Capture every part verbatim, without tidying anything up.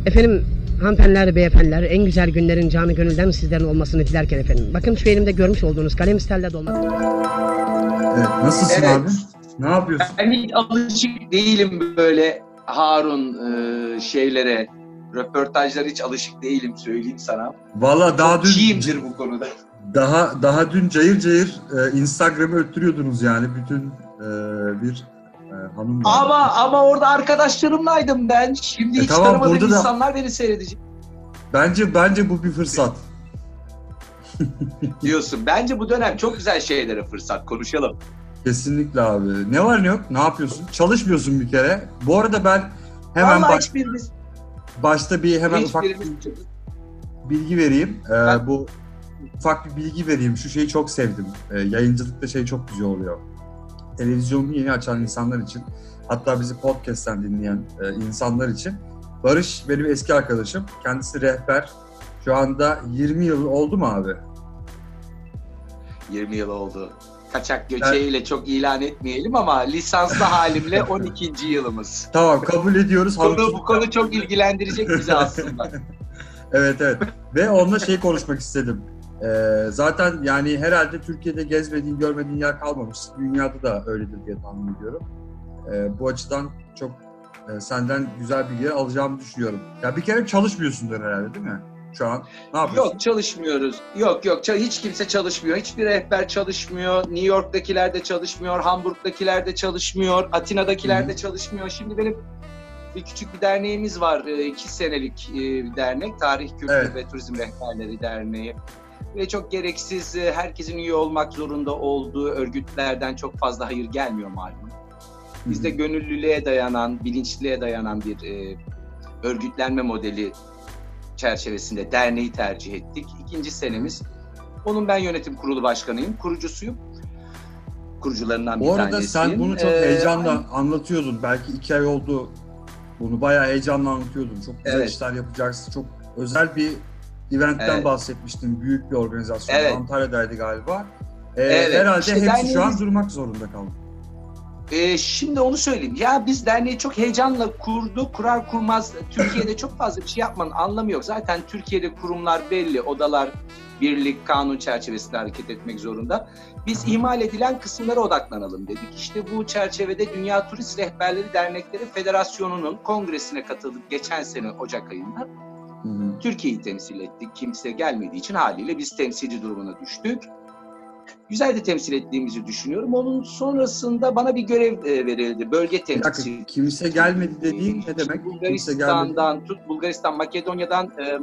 Efendim, hanımefendiler, beyefendiler, en güzel günlerin canı gönülden sizlerin olmasını dilerken efendim. Bakın şu elimde görmüş olduğunuz kalem stelle dolma. Evet, nasılsın Evet. abi? Ne yapıyorsun? Ben hiç alışık değilim böyle Harun e, şeylere, röportajlara hiç alışık değilim söyleyeyim sana. Valla daha dün Çiğimdir bu konuda. daha daha dün cayır cayır e, Instagram'ı öttürüyordunuz yani bütün e, bir e, hanım var. Ama ama orada arkadaşlarımlaydım ben. Şimdi E hiç tamam, tanımadığım burada da- insanlar beni seyredecek Bence bence bu bir fırsat. diyorsun. Bence bu dönem çok güzel şeylere fırsat. Konuşalım. Kesinlikle abi. Ne var ne yok? Ne yapıyorsun? Çalışmıyorsun bir kere. Bu arada ben hemen Vallahi baş, hiçbirimiz, başta bir hemen ufak hiçbirimiz bir bilgi vereyim. Ee, Ben- bu ufak bir bilgi vereyim. Şu şeyi çok sevdim. Ee, yayıncılıkta şey çok güzel oluyor. Televizyonunu yeni açan insanlar için, hatta bizi podcast'ten dinleyen e, insanlar için. Barış benim eski arkadaşım. Kendisi rehber. Şu anda yirmi yıl oldu mu abi? yirmi yıl oldu. Kaçak göçeğiyle çok ilan etmeyelim ama lisanslı halimle on ikinci yılımız. Tamam, kabul ediyoruz. Konu, Havuçluk- bu konu çok ilgilendirecek bizi aslında. Evet evet. Ve onunla şey konuşmak istedim. Ee, zaten yani herhalde Türkiye'de gezmediğin, görmediğin yer kalmamış. Dünyada da öyledir diye tahmin ediyorum. Ee, bu açıdan çok e, senden güzel bilgiler alacağımı düşünüyorum. Ya bir kere çalışmıyorsundur herhalde, değil mi? Şu an ne yapıyorsun? Yok, çalışmıyoruz. Yok yok, hiç kimse çalışmıyor. Hiçbir rehber çalışmıyor. New York'takiler de çalışmıyor. Hamburg'dakiler de çalışmıyor. Atina'dakiler Hı. de çalışmıyor. Şimdi benim bir küçük bir derneğimiz var. e, iki senelik e, bir dernek. Tarih, Kültür Evet. ve Turizm Rehberleri Derneği. Ve çok gereksiz, e, herkesin üye olmak zorunda olduğu örgütlerden çok fazla hayır gelmiyor malum. Biz de gönüllülüğe dayanan, bilinçliğe dayanan bir e, örgütlenme modeli çerçevesinde derneği tercih ettik. İkinci senemiz. Onun ben yönetim kurulu başkanıyım, kurucusuyum. Kurucularından bir Bu arada tanesiyim. sen bunu çok Ee, heyecanla anlatıyordun. Belki iki ay oldu. Bunu bayağı heyecanla anlatıyordun. Çok güzel Evet. işler yapacaksın. Çok özel bir eventten Evet. bahsetmiştin. Büyük bir organizasyon. Evet. Antalya'daydı galiba. Ee, Evet. Herhalde İşte hepsi şu an derneğimiz- durmak zorunda kaldı. Ee, şimdi onu söyleyeyim. Ya biz derneği çok heyecanla kurduk. Kurar kurmaz Türkiye'de çok fazla bir şey yapmanın anlamı yok. Zaten Türkiye'de kurumlar belli. Odalar birlik, kanun çerçevesinde hareket etmek zorunda. Biz ihmal edilen kısımlara odaklanalım dedik. İşte bu çerçevede Dünya Turist Rehberleri Dernekleri Federasyonu'nun kongresine katıldık geçen sene Ocak ayında. Hı hı. Türkiye'yi temsil ettik. Kimse gelmediği için haliyle biz temsilci durumuna düştük. Güzel de temsil ettiğimizi düşünüyorum. Onun sonrasında bana bir görev e, verildi. Bölge Bir dakika, temsilcisi. kimse gelmedi dediğin İşte ne demek? Kimse gelmedi. Bulgaristan'dan tut, Bulgaristan, Makedonya'dan e,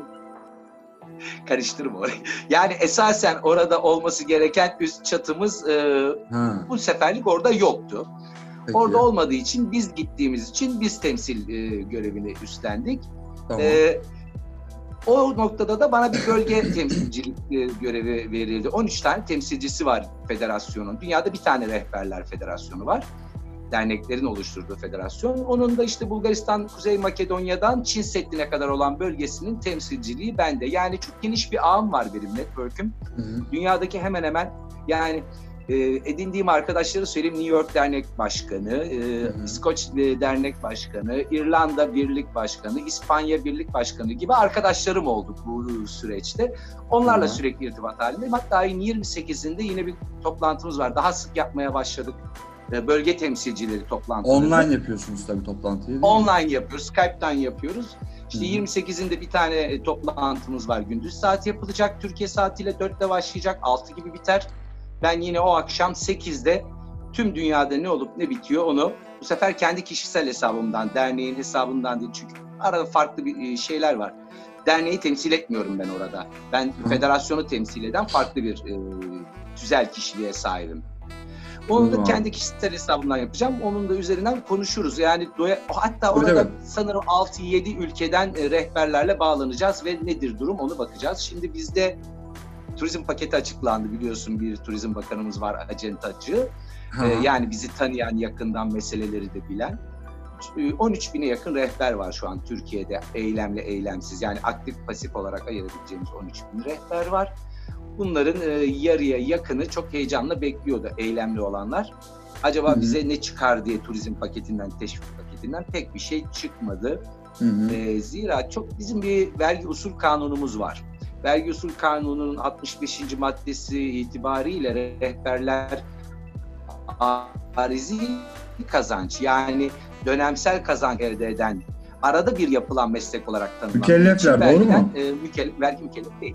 karıştırma orayı. Yani esasen orada olması gereken üst çatımız e, Ha, bu seferlik orada yoktu. peki. Orada olmadığı için biz gittiğimiz için biz temsil e, görevini üstlendik. Tamam. E, o noktada da bana bir bölge temsilcilik e, görevi verildi. on üç tane temsilcisi var federasyonun. Dünyada bir tane rehberler federasyonu var. Derneklerin oluşturduğu federasyon. Onun da işte Bulgaristan, Kuzey Makedonya'dan Çin Seddi'ne kadar olan bölgesinin temsilciliği bende. Yani çok geniş bir ağım var benim, network'üm. Hı hı. Dünyadaki hemen hemen yani e, edindiğim arkadaşları söyleyeyim. New York Dernek Başkanı, e, Hı hı. İskoç e, Dernek Başkanı, İrlanda Birlik Başkanı, İspanya Birlik Başkanı gibi arkadaşlarım oldu bu süreçte. Onlarla Tamam. sürekli irtibat halindeyim. Hatta ayın yirmi sekizinde yine bir toplantımız var. Daha sık yapmaya başladık. E, bölge temsilcileri toplantılarını. Online yapıyorsunuz tabii toplantıyı, değil mi? Online yapıyoruz, Skype'tan yapıyoruz. İşte Hı hı. yirmi sekizinde bir tane e, toplantımız var. Gündüz saati yapılacak. Türkiye saatiyle dörtte başlayacak. altı gibi biter. Ben yine o akşam sekizde tüm dünyada ne olup ne bitiyor onu bu sefer kendi kişisel hesabımdan, derneğin hesabından değil. Çünkü arada farklı bir şeyler var. Derneği temsil etmiyorum ben orada. Ben Hı. federasyonu temsil eden farklı bir e, tüzel kişiliğe sahibim. Onu da Tamam. kendi kişisel hesabımdan yapacağım. Onun da üzerinden konuşuruz. Yani doya, hatta Öyle orada mi? sanırım altı yedi ülkeden e, rehberlerle bağlanacağız ve nedir durum onu bakacağız. Şimdi bizde turizm paketi açıklandı, biliyorsun, bir turizm bakanımız var, acentacı. Ha. E, yani bizi tanıyan, yakından meseleleri de bilen. E, on üç bine yakın rehber var şu an Türkiye'de, eylemli eylemsiz. Yani aktif pasif olarak ayırabileceğimiz on üç bin rehber var. Bunların e, yarıya yakını çok heyecanla bekliyordu, eylemli olanlar. Acaba Hı hı. bize ne çıkar diye turizm paketinden, teşvik paketinden pek bir şey çıkmadı. Hı hı. E, zira çok bizim bir vergi usul kanunumuz var. Vergi usul kanununun altmış beşinci maddesi itibariyle rehberler arizi kazanç, yani dönemsel kazanç elde eden, arada bir yapılan meslek olarak tanımlanıyor. Mükellefler, doğru mu? E, mükellef, vergi mükellef değil.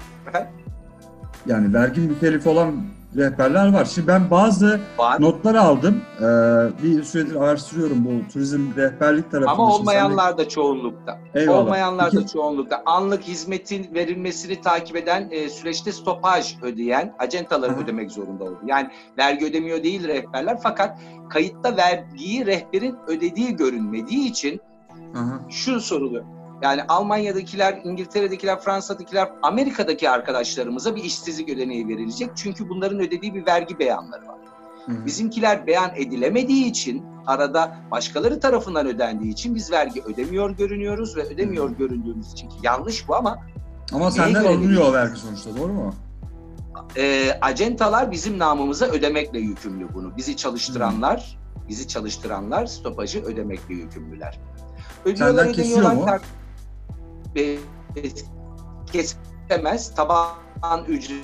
Yani vergi mükellefi olan rehberler var. Şimdi ben bazı Var. notlar aldım. Ee, bir süredir araştırıyorum bu turizm rehberlik tarafını. Ama Şimdi olmayanlar sen de... da çoğunlukta. Eyvallah. Olmayanlar da İki... çoğunlukta. Anlık hizmetin verilmesini takip eden, e, süreçte stopaj ödeyen acentaları Aha. ödemek zorunda oldu. Yani vergi ödemiyor değil rehberler, fakat kayıtta vergiyi rehberin ödediği görünmediği için Aha. şu soruluyor. Yani Almanya'dakiler, İngiltere'dekiler, Fransa'dakiler, Amerika'daki arkadaşlarımıza bir işsizlik ödeneği verilecek. Çünkü bunların ödediği bir vergi beyanları var. Hı-hı. Bizimkiler beyan edilemediği için, arada başkaları tarafından ödendiği için biz vergi ödemiyor görünüyoruz ve ödemiyor Hı-hı. göründüğümüz için, ki yanlış bu ama ama senden alınıyor o vergi sonuçta, doğru mu? E, acentalar bizim namımıza ödemekle yükümlü bunu. Bizi çalıştıranlar, Hı-hı. bizi çalıştıranlar stopajı ödemekle yükümlüler. Ödüyorlar, senden kesiyor mu? E, kesemez. Taban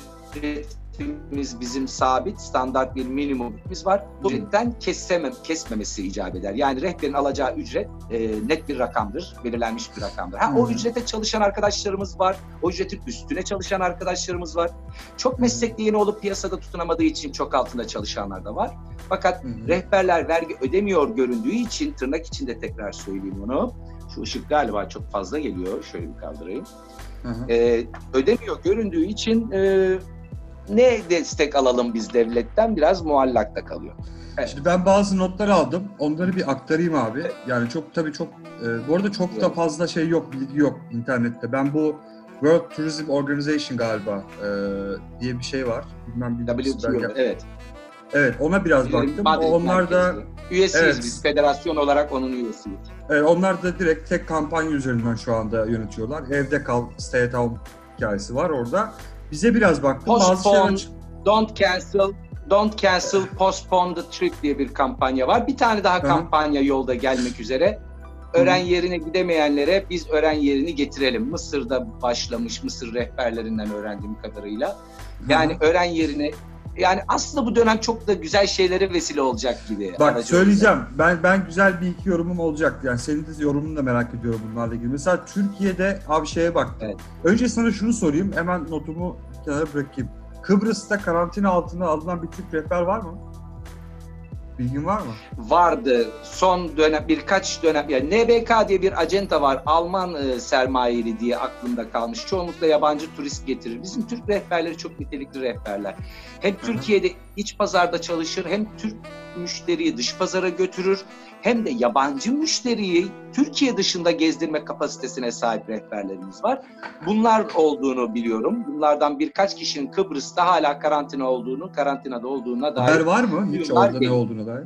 ücretimiz bizim sabit, standart bir minimumumuz var. Bu ücretten kesemem, kesmemesi icap eder. Yani rehberin alacağı ücret e, net bir rakamdır, belirlenmiş bir rakamdır. Ha, o ücrete çalışan arkadaşlarımız var, o ücretin üstüne çalışan arkadaşlarımız var. Çok meslekli yeni olup piyasada tutunamadığı için çok altında çalışanlar da var. Fakat Hı-hı. rehberler vergi ödemiyor göründüğü için, tırnak içinde tekrar söyleyeyim onu, şu ışık galiba çok fazla geliyor, şöyle bir kaldırayım. Ee, ödemiyor göründüğü için e, ne destek alalım biz devletten, biraz muallakta kalıyor. Evet. Şimdi ben bazı notlar aldım, onları bir aktarayım abi. Evet. Yani çok tabii çok, e, bu arada çok evet. da fazla şey yok, bilgi yok internette. Ben bu World Tourism Organization galiba e, diye bir şey var. Bilmem W T O, evet. Evet, ona biraz baktım. Madrid onlar da üyesiyiz evet. biz, federasyon olarak onun üyesiyiz. Evet, onlar da direkt tek kampanya üzerinden şu anda yönetiyorlar. Evde kal, stay at home hikayesi var orada. Bize biraz baktım. Postpone, bazı şeyler... don't cancel, don't cancel, postpone the trip diye bir kampanya var. Bir tane daha Hı-hı. kampanya yolda gelmek üzere. Öğren Hı-hı. yerine gidemeyenlere biz öğren yerini getirelim. Mısır'da başlamış, Mısır rehberlerinden öğrendiğim kadarıyla. Yani Hı-hı. öğren yerine, yani aslında bu dönem çok da güzel şeylere vesile olacak gibi. Bak söyleyeceğim. Olacak. Ben ben güzel bir iki yorumum olacak. Yani senin de yorumunu da merak ediyorum bunlarla ilgili. Mesela Türkiye'de abi şeye baktım. Evet. Önce sana şunu sorayım. Hemen notumu kenara bırakayım. Kıbrıs'ta karantina altına alınan bir Türk rehber var mı? Bilgin var mı? Vardı. Son dönem, birkaç dönem. Yani N B K diye bir acenta var. Alman e, sermayeli diye aklımda kalmış. Çoğunlukla yabancı turist getirir. Bizim Türk rehberleri çok nitelikli rehberler. Hem Hı-hı. Türkiye'de iç pazarda çalışır, hem Türk müşteriyi dış pazara götürür, hem de yabancı müşteriyi Türkiye dışında gezdirme kapasitesine sahip rehberlerimiz var. Bunlar olduğunu biliyorum. Bunlardan birkaç kişinin Kıbrıs'ta hala karantina olduğunu, karantinada olduğuna dair. Haber var mı? Hiç orada ne olduğuna dair?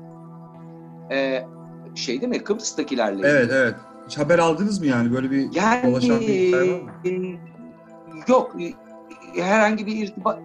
Ee, şey değil mi? Kıbrıs'takilerle. Evet, evet. Hiç haber aldınız mı yani? Böyle bir yani, dolaşan bir hikaye var mı? Yok. Herhangi bir irtibat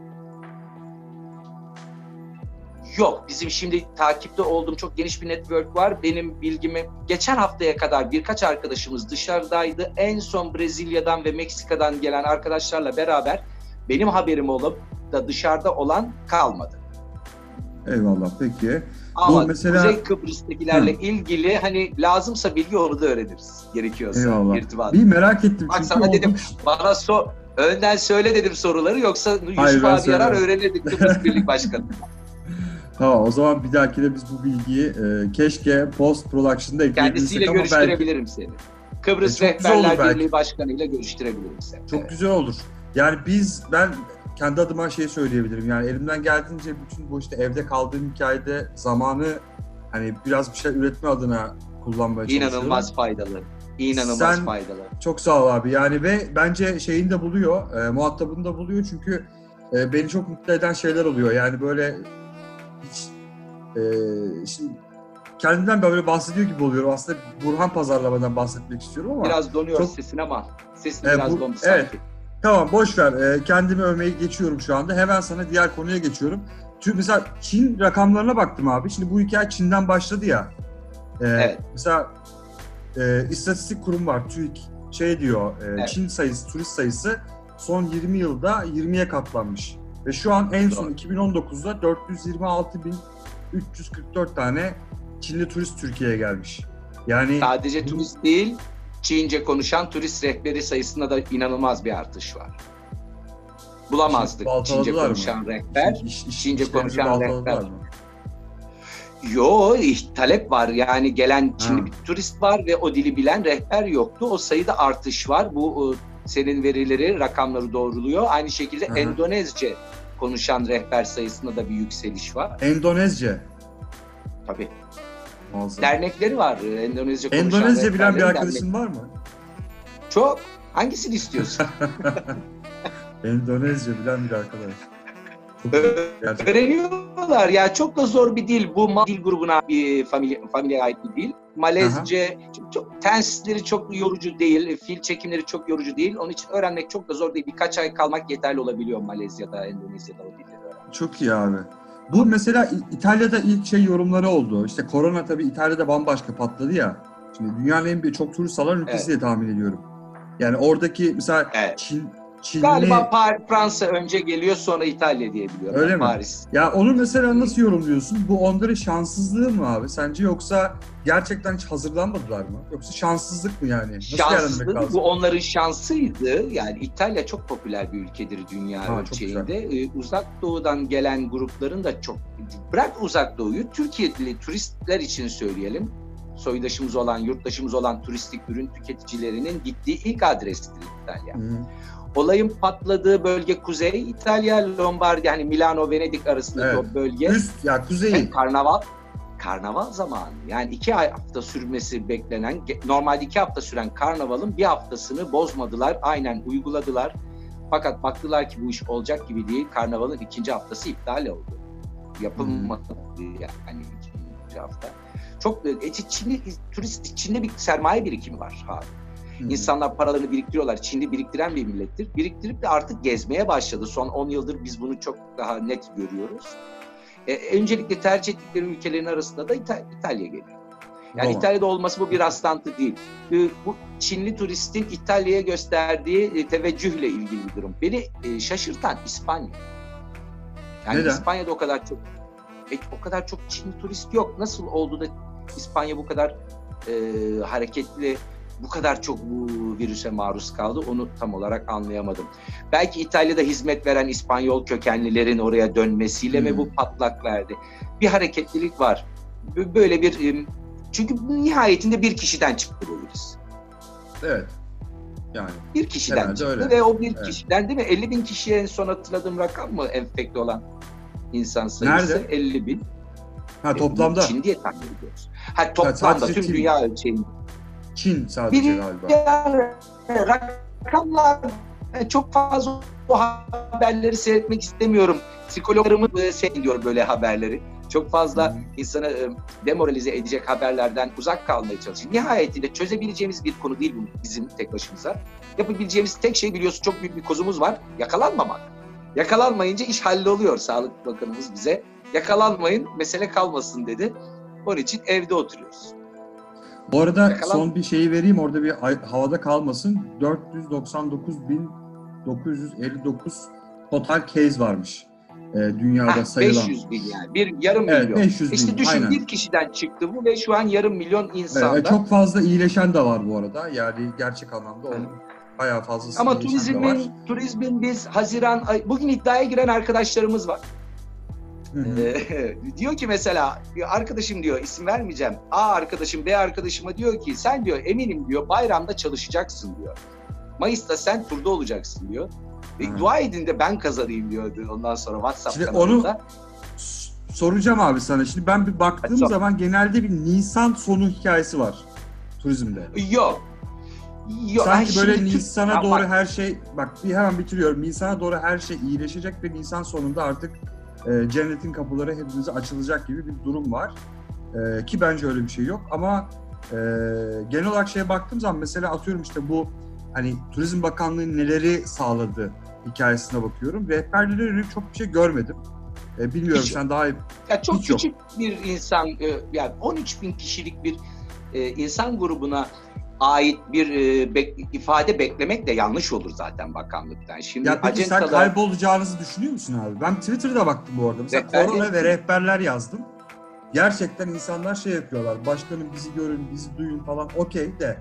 yok. Bizim şimdi takipte olduğum çok geniş bir network var. Benim bilgime geçen haftaya kadar birkaç arkadaşımız dışarıdaydı. En son Brezilya'dan ve Meksika'dan gelen arkadaşlarla beraber benim haberim olup da dışarıda olan kalmadı. Eyvallah, peki. Ama bu mesela... Kuzey Kıbrıs'takilerle Hı. ilgili hani lazımsa bilgi onu da öğreniriz. Gerekiyorsa. Eyvallah. İrtibat. Bir merak ettim. Bak sana dedim, oldu. bana so önden söyle dedim soruları, yoksa Yusuf abi yarar öğrenirdik Kıbrıs Birlik Başkanı. Tamam, o zaman bir dahaki de biz bu bilgiyi e, keşke post production'da ekleyebilirsek. Kendisiyle ama görüştürebilirim belki... seni. Kıbrıs e, Rehberler Birliği Başkanı ile görüştürebilirim seni. Çok evet. güzel olur. Yani biz, ben kendi adıma şey söyleyebilirim. Yani elimden geldiğince bütün bu işte evde kaldığım hikayede zamanı hani biraz bir şey üretme adına kullanmaya çalışıyorum. İnanılmaz faydalı. İnanılmaz Sen, faydalı. Çok sağ ol abi. Yani ve bence şeyini de buluyor, e, muhatabını da buluyor çünkü e, beni çok mutlu eden şeyler oluyor. Yani böyle hiç e, şimdi kendimden böyle bahsediyor gibi oluyorum. Aslında Burhan pazarlamadan bahsetmek istiyorum ama. Biraz donuyor çok... sesin ama sesin e, biraz bu, dondu sanki. Evet. Tamam, boş ver. E, kendimi övmeyi geçiyorum şu anda. Hemen sana diğer konuya geçiyorum. Çünkü mesela Çin rakamlarına baktım abi. Şimdi bu hikaye Çin'den başladı ya. E, evet. Mesela e, istatistik kurum var, TÜİK. Şey diyor, e, Evet. Çin sayısı, turist sayısı son yirmi yılda yirmiye katlanmış. Ve şu an en son Doğru. iki bin on dokuzda dört yüz yirmi altı bin üç yüz kırk dört tane Çinli turist Türkiye'ye gelmiş. Yani Sadece bu- turist değil, Çince konuşan turist rehberi sayısında da inanılmaz bir artış var. Bulamazdık Baltaladılar Çince mı? konuşan rehber. iş, iş, Çince işlerimizi konuşan baltaladılar rehber. mı? Yo, ih- talep var. Yani gelen Çinli Ha. bir turist var ve o dili bilen rehber yoktu. O sayıda artış var. Bu e, senin verileri, rakamları doğruluyor. Aynı şekilde Aha. Endonezce konuşan rehber sayısında da bir yükseliş var. Endonezce. Tabii. Muazzam. Dernekleri var. e, Endonezce konuşan Endonezce bilen bir rehberlerin arkadaşın var mı? dernek- Çok. Hangisini istiyorsun? Endonezce bilen bir arkadaş. Çok iyi. Gerçekten. Öğreniyorlar ya, çok da zor bir dil. Bu Ma- dil grubuna bir familya, familyaya ait bir dil. Malezce çok, çok tensleri çok yorucu değil, fiil çekimleri çok yorucu değil. Onun için öğrenmek çok da zor değil. Birkaç ay kalmak yeterli olabiliyor Malezya'da, Endonezya'da o dilleri öğrenmek. Çok iyi abi. Bu mesela İ- İtalya'da ilk şey yorumları oldu. İşte korona tabii İtalya'da bambaşka patladı ya. Şimdi dünyanın en büyük çok turist alan ülkesi Evet. diye tahmin ediyorum. Yani oradaki mesela Evet. Çin, Çinli... Galiba Par- Fransa önce geliyor, sonra İtalya diye biliyorum. Öyle ben, mi? Paris. Ya onu mesela nasıl yorumluyorsun? Bu onların şanssızlığı mı abi sence, yoksa gerçekten hiç hazırlanmadılar mı? Yoksa şanssızlık mı yani? Nasıl değerlendirmek Şanslı, lazım? bu onların şansıydı. Yani İtalya çok popüler bir ülkedir dünya Ha, çok ölçeğinde. Ee, uzak doğudan gelen grupların da çok... Bırak uzak doğuyu, Türkiye'li turistler için söyleyelim. Soydaşımız olan, yurttaşımız olan turistik ürün tüketicilerinin gittiği ilk adrestir İtalya. Hı. Olayın patladığı bölge Kuzey İtalya, Lombardi, yani Milano, Venedik arasındaki Evet. o bölge. Üst ya kuzeyi. Hem karnaval, karnaval zamanı. Yani iki ay- hafta sürmesi beklenen, ge- normalde iki hafta süren karnavalın bir haftasını bozmadılar, aynen uyguladılar. Fakat baktılar ki bu iş olacak gibi değil, karnavalın ikinci haftası iptal oldu. Yapılmadı yani ikinci hafta. Çok e, Çinli turist Çin'de bir sermaye birikimi var abi. Hı. İnsanlar paralarını biriktiriyorlar. Çin'de biriktiren bir millettir. Biriktirip de artık gezmeye başladı. Son on yıldır biz bunu çok daha net görüyoruz. Ee, öncelikle tercih ettikleri ülkelerin arasında da İta- İtalya geliyor. Yani Roma. İtalya'da olması bu bir rastlantı değil. Ee, bu Çinli turistin İtalya'ya gösterdiği e, teveccühle ilgili bir durum. Beni e, şaşırtan İspanya. Yani Neden? İspanya'da o kadar çok e, o kadar çok Çinli turist yok. Nasıl oldu da İspanya bu kadar e, hareketli, bu kadar çok bu virüse maruz kaldı, onu tam olarak anlayamadım. Belki İtalya'da hizmet veren İspanyol kökenlilerin oraya dönmesiyle Hmm. mi bu patlak verdi? Bir hareketlilik var. B- Böyle bir... Çünkü nihayetinde bir kişiden çıktı bu virüs. Evet. Yani. Bir kişiden Herhalde çıktı öyle. ve o bir Evet. kişiden, değil mi? elli bin kişiye en son hatırladığım rakam mı enfekte olan insan sayısı? Nerede? elli bin. Ha toplamda. Çin diye tahmin ediyoruz. Ha toplamda sadece tüm Çin. dünya ölçeğinde. Çin sadece Bir galiba. ya, rakamlar e, çok fazla o haberleri seyretmek istemiyorum. Psikologlarımı e, seyrediyor böyle haberleri. Çok fazla Hı. insanı e, demoralize edecek haberlerden uzak kalmaya çalışıyor. Nihayetinde çözebileceğimiz bir konu değil bu bizim tek başımıza. Yapabileceğimiz tek şey, biliyorsun, çok büyük bir kozumuz var. Yakalanmamak. Yakalanmayınca iş halloluyor. Sağlık Bakanımız bize yakalanmayın, mesele kalmasın dedi. Onun için evde oturuyoruz. Bu arada Yakalan- son bir şeyi vereyim, orada bir ay- havada kalmasın. dört yüz doksan dokuz bin dokuz yüz elli dokuz total case varmış e, dünyada Ha, sayılan. beş yüz bin yani. Bir yarım Evet, milyon. beş yüz bin, İşte düşün, aynen. bir kişiden çıktı bu ve şu an yarım milyon insanda. Evet, çok fazla iyileşen de var bu arada. Yani gerçek anlamda onun bayağı fazlası Ama iyileşen de var. turizmin, turizmin biz Haziran ay, bugün iddiaya giren arkadaşlarımız var. Hı hı. Ee, diyor ki mesela, bir arkadaşım diyor, isim vermeyeceğim. A arkadaşım B arkadaşıma diyor ki sen diyor eminim diyor bayramda çalışacaksın diyor. Mayıs'ta sen turda olacaksın diyor. E, Hı. dua edin de ben kazanayım diyor ondan sonra WhatsApp Şimdi kanalında. S- soracağım abi sana. Şimdi ben bir baktığım Hadi sor. zaman genelde bir Nisan sonu hikayesi var turizmde. Yok. Yok. Sanki Ay, böyle şimdi Türk- Nisan'a Ya doğru bak, her şey, bak bir hemen bitiriyorum. Nisan'a doğru her şey iyileşecek ve Nisan sonunda artık e, cennetin kapıları hepimize açılacak gibi bir durum var. E, ki bence öyle bir şey yok ama e, genel olarak şeye baktığım zaman mesela atıyorum işte bu hani Turizm Bakanlığı neleri sağladı hikayesine bakıyorum. Rehberlere yönelik çok bir şey görmedim. E, bilmiyorum Hiç sen daha iyi. Ya çok Hiç yok. küçük bir insan, e, yani on üç bin kişilik bir e, insan grubuna ait bir e, bek, ifade beklemek de yanlış olur zaten bakanlıktan. Şimdi Ya peki acentalar... sen kaybolacağınızı düşünüyor musun abi? Ben Twitter'da baktım bu arada. Mesela Rehberlik... korona ve rehberler yazdım. Gerçekten insanlar şey yapıyorlar. Başkanım bizi görün, bizi duyun falan. Okey de.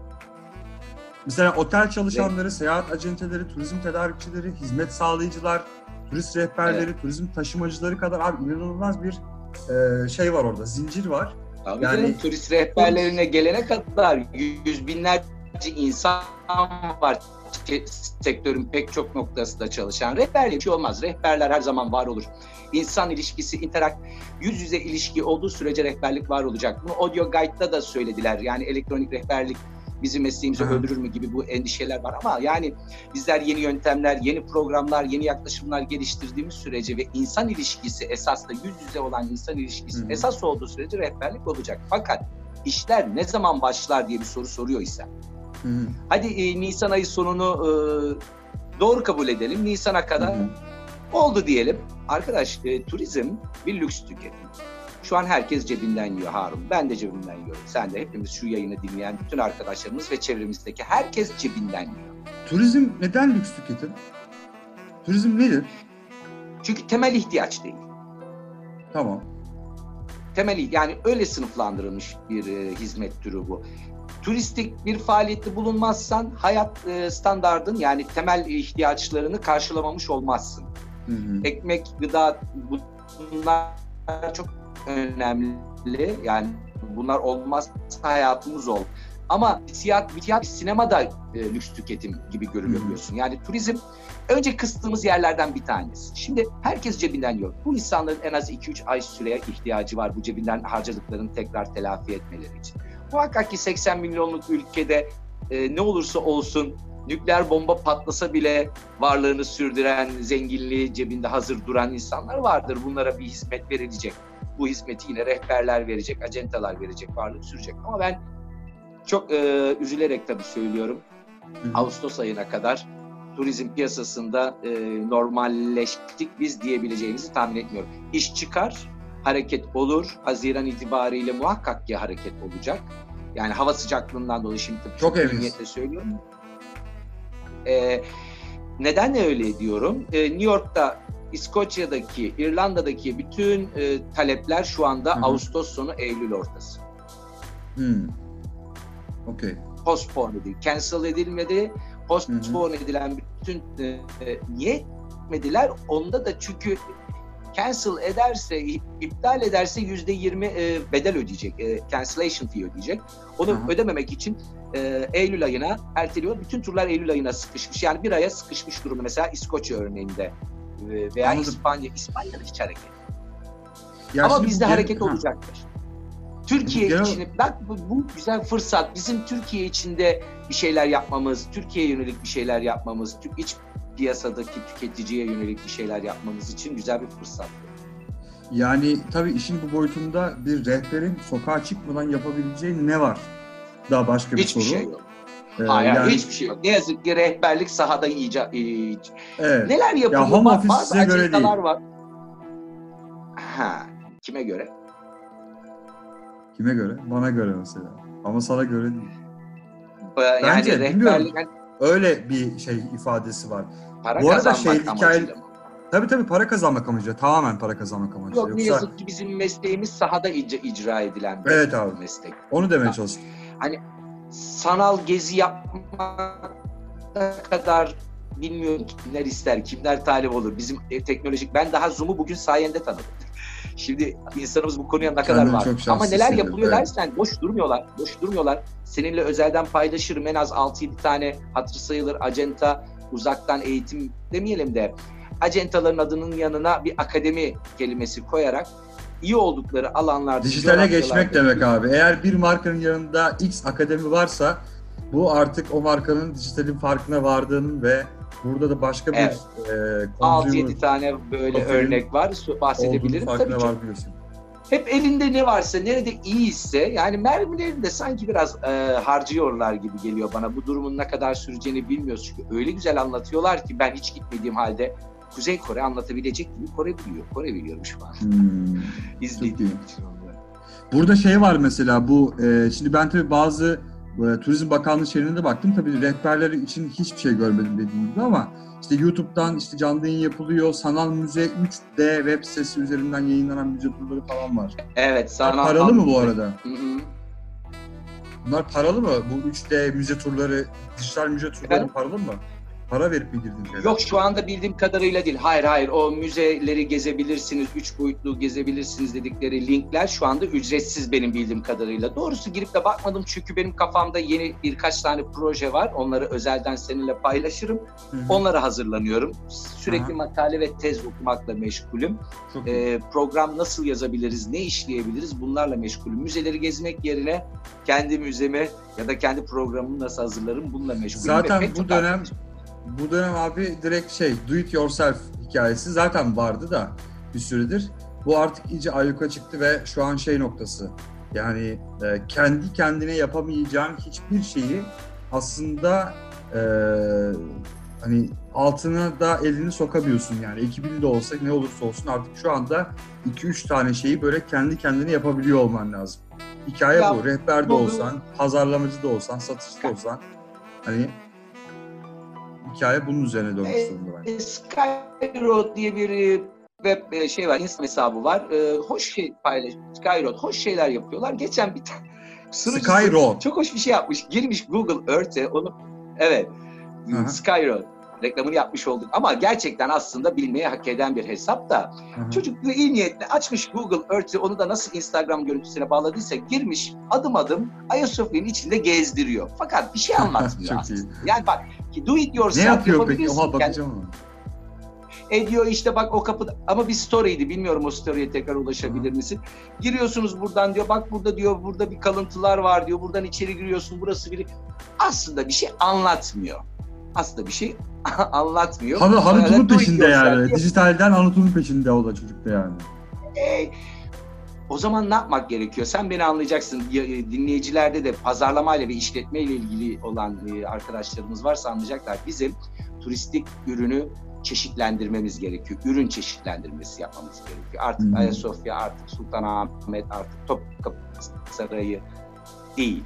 Mesela otel çalışanları, evet. seyahat acenteleri, turizm tedarikçileri, hizmet sağlayıcılar, turist rehberleri, evet. turizm taşımacıları kadar abi inanılmaz bir e, şey var orada. Zincir var. Tabii yani canım, turist rehberlerine gelene kadar yüz binlerce insan var sektörün pek çok noktasında çalışan. Rehberle bir şey olmaz. Rehberler her zaman var olur. İnsan ilişkisi, interakt, yüz yüze ilişki olduğu sürece rehberlik var olacak. Bunu Audio Guide'da da söylediler. Yani elektronik rehberlik bizim mesleğimizi Hı-hı. öldürür mü gibi bu endişeler var ama yani bizler yeni yöntemler, yeni programlar, yeni yaklaşımlar geliştirdiğimiz sürece ve insan ilişkisi esas da yüz yüze olan insan ilişkisi Hı-hı. esas olduğu sürece rehberlik olacak. Fakat işler ne zaman başlar diye bir soru soruyor ise. Hı-hı. Hadi e, Nisan ayı sonunu e, doğru kabul edelim. Nisan'a kadar Hı-hı. oldu diyelim. Arkadaş e, turizm bir lüks tüketim. Şu an herkes cebinden yiyor Harun. Ben de cebimden yiyorum. Sen de, hepimiz şu yayını dinleyen bütün arkadaşlarımız ve çevremizdeki herkes cebinden yiyor. Turizm neden lüks tüketim? Turizm nedir? Çünkü temel ihtiyaç değil. Tamam. Temel, yani öyle sınıflandırılmış bir e, hizmet türü bu. Turistik bir faaliyette bulunmazsan hayat e, standardın, yani temel ihtiyaçlarını karşılamamış olmazsın. Hı hı. Ekmek, gıda, bunlar çok önemli. Yani bunlar olmazsa hayatımız ol. Ama tiyatro, tiyatro sinema da e, lüks tüketim gibi görülüyor biliyorsun. Yani turizm önce kıstığımız yerlerden bir tanesi. Şimdi herkes cebinden yiyor. Bu insanların en az iki üç ay süreye ihtiyacı var bu cebinden harcadıklarını tekrar telafi etmeleri için. Muhakkak ki seksen milyonluk ülkede e, ne olursa olsun nükleer bomba patlasa bile varlığını sürdüren, zenginliği cebinde hazır duran insanlar vardır. Bunlara bir hizmet verilecek. Bu hizmeti yine rehberler verecek, acentalar verecek, varlık sürecek. Ama ben çok e, üzülerek tabii söylüyorum. Hı hı. Ağustos ayına kadar turizm piyasasında e, normalleştik biz diyebileceğimizi tahmin etmiyorum. İş çıkar, hareket olur. Haziran itibariyle muhakkak ki hareket olacak. Yani hava sıcaklığından dolayı şimdi tabii çok emniyetle söylüyorum. E, neden öyle diyorum? E, New York'ta, İskoçya'daki, İrlanda'daki bütün e, talepler şu anda Hı-hı. Ağustos sonu, Eylül ortası. Hmm. Okay. Postpone edildi, cancel edilmedi. Postpone Hı-hı. edilen bütün e, niye etmediler? Onda da çünkü cancel ederse, iptal ederse yüzde yirmi e, bedel ödeyecek, e, cancellation fee ödeyecek. Onu Hı-hı. ödememek için e, Eylül ayına erteliyor. Bütün turlar Eylül ayına sıkışmış. Yani bir aya sıkışmış durumda. Mesela İskoçya örneğinde. Veya Anladım. İspanya, İspanya'da hiç hareket. Ya Ama bizde gel- hareket ha. olacaktır. Türkiye gel- için, bak bu, bu güzel fırsat. Bizim Türkiye içinde bir şeyler yapmamız, Türkiye'ye yönelik bir şeyler yapmamız, iç piyasadaki tüketiciye yönelik bir şeyler yapmamız için güzel bir fırsat. Yani tabii işin bu boyutunda bir rehberin sokağa çıkmadan yapabileceği ne var? Daha başka bir Hiçbir soru. Hiçbir şey yok. Ee, Hayır, yani... hiçbir şey yok. Ne yazık ki rehberlik sahada iyice... iyice. Evet. Neler yapılıyor? Ya home office bazı size göre değil. Var. Ha, kime göre? Kime göre? Bana göre mesela. Ama sana göre değil. Yani Bence rehberlik... bilmiyorum. Öyle bir şey ifadesi var. Para bu arada şey hikaye... Tabii tabii para kazanmak amacıyla. Tamamen para kazanmak amacıyla. Yok Yoksa... ne yazık ki bizim mesleğimiz sahada icra, icra edilen bir evet abi. meslek. Onu demeye çalıştım. Hani sanal gezi yapmak kadar bilmiyorum kimler ister, kimler talep olur. Bizim e, teknolojik, ben daha Zoom'u bugün sayende tanıdım. Şimdi insanımız bu konuya ne kadar var. Ama neler yapılıyor evet. dersen boş durmuyorlar. Boş durmuyorlar. Seninle özelden paylaşırım. En az altı yedi tane hatırı sayılır acenta, uzaktan eğitim demeyelim de acentaların adının yanına bir akademi kelimesi koyarak iyi oldukları alanlarda... Dijitale geçmek demek abi. Eğer bir markanın yanında X akademi varsa bu artık o markanın dijitalin farkına vardığının ve burada da başka evet. bir e, altı yedi tane böyle örnek var. Bahsedebilirim. Tabii var hep elinde ne varsa, nerede iyiyse, yani mermilerini de sanki biraz e, harcıyorlar gibi geliyor bana. Bu durumun ne kadar süreceğini bilmiyoruz. Çünkü öyle güzel anlatıyorlar ki ben hiç gitmediğim halde Kuzey Kore anlatabilecek gibi Kore biliyor. Kore biliyorum şu an. Hmm, İzlediğim için onları. Burada şey var mesela bu e, şimdi ben tabii bazı e, Turizm Bakanlığı şeylerine de baktım. Tabii rehberleri için hiçbir şey görmedim dediğim gibi ama işte YouTube'dan işte canlı yayın yapılıyor. Sanal müze üç D web sitesi üzerinden yayınlanan müze turları falan var. Evet. Sanal Paralı mı bu arada? Hı hı. Bunlar paralı mı? Bu üç D müze turları, dijital müze turları Efendim? paralı mı? Para verip mi girdin şeyler? Yok, şu anda bildiğim kadarıyla değil. Hayır hayır, o müzeleri gezebilirsiniz, üç boyutlu gezebilirsiniz dedikleri linkler şu anda ücretsiz benim bildiğim kadarıyla. Doğrusu girip de bakmadım çünkü benim kafamda yeni birkaç tane proje var. Onları özelden seninle paylaşırım. Hı hı. Onlara hazırlanıyorum. Sürekli Aha. makale ve tez okumakla meşgulüm. Çok iyi. Ee, program nasıl yazabiliriz, ne işleyebiliriz, bunlarla meşgulüm. Müzeleri gezmek yerine kendi müzemi ya da kendi programımı nasıl hazırlarım, bununla meşgulüm. Zaten Ve pek bu çok dönem arkadaşım- bu dönem abi direkt şey do it yourself hikayesi zaten vardı da bir süredir. Bu artık iyice ayyuka çıktı ve şu an şey noktası. Yani e, kendi kendine yapamayacağın hiçbir şeyi aslında e, hani altına da elini sokamıyorsun yani. Ekibin de olsa ne olursa olsun artık şu anda iki üç tane şeyi böyle kendi kendine yapabiliyor olman lazım. Hikaye Ya, bu. Rehber de bu- olsan, pazarlamacı da olsan, satışçı da olsan hani hikaye bunun üzerine dönmüş E, durumda bence. e, Skyroad diye bir e, web e, şey var, Instagram hesabı var. E, hoş şey paylaş, Skyroad hoş şeyler yapıyorlar. Geçen bir tane sunucusu Skyroad. çok hoş bir şey yapmış. Girmiş Google Earth'e onu, evet, Aha. Skyroad reklamını yapmış olduk. Ama gerçekten aslında bilmeyi hak eden bir hesap da. Aha. Çocuk da iyi niyetle açmış Google Earth'ü, onu da nasıl Instagram görüntüsüne bağladıysa girmiş adım adım Ayasofya'nın içinde gezdiriyor. Fakat bir şey anlatmıyor Çok aslında. iyi. Yani bak, do it yourself Ne yapıyor peki? yapabilirsin. Oha Kendi- bakacağım ona. ediyor işte, bak o kapıda, ama bir story'ydi, bilmiyorum o story'ye tekrar ulaşabilir Hı. misin? Giriyorsunuz buradan diyor, bak burada diyor, burada bir kalıntılar var diyor, buradan içeri giriyorsun, burası biri. Aslında bir şey anlatmıyor. Aslında bir şey anlatmıyor. Hanı, Hanutunun Yani do it peşinde yourself yani. diye- Dijitalden Hanutunun peşinde o da çocuk da yani. E, o zaman ne yapmak gerekiyor? Sen beni anlayacaksın. Ya- e, Dinleyicilerde de pazarlamayla ve işletmeyle ilgili olan e, arkadaşlarımız varsa anlayacaklar. Bizim turistik ürünü çeşitlendirmemiz gerekiyor. Ürün çeşitlendirmesi yapmamız gerekiyor. Artık Hmm. Ayasofya, artık Sultanahmet, artık Topkapı Sarayı değil.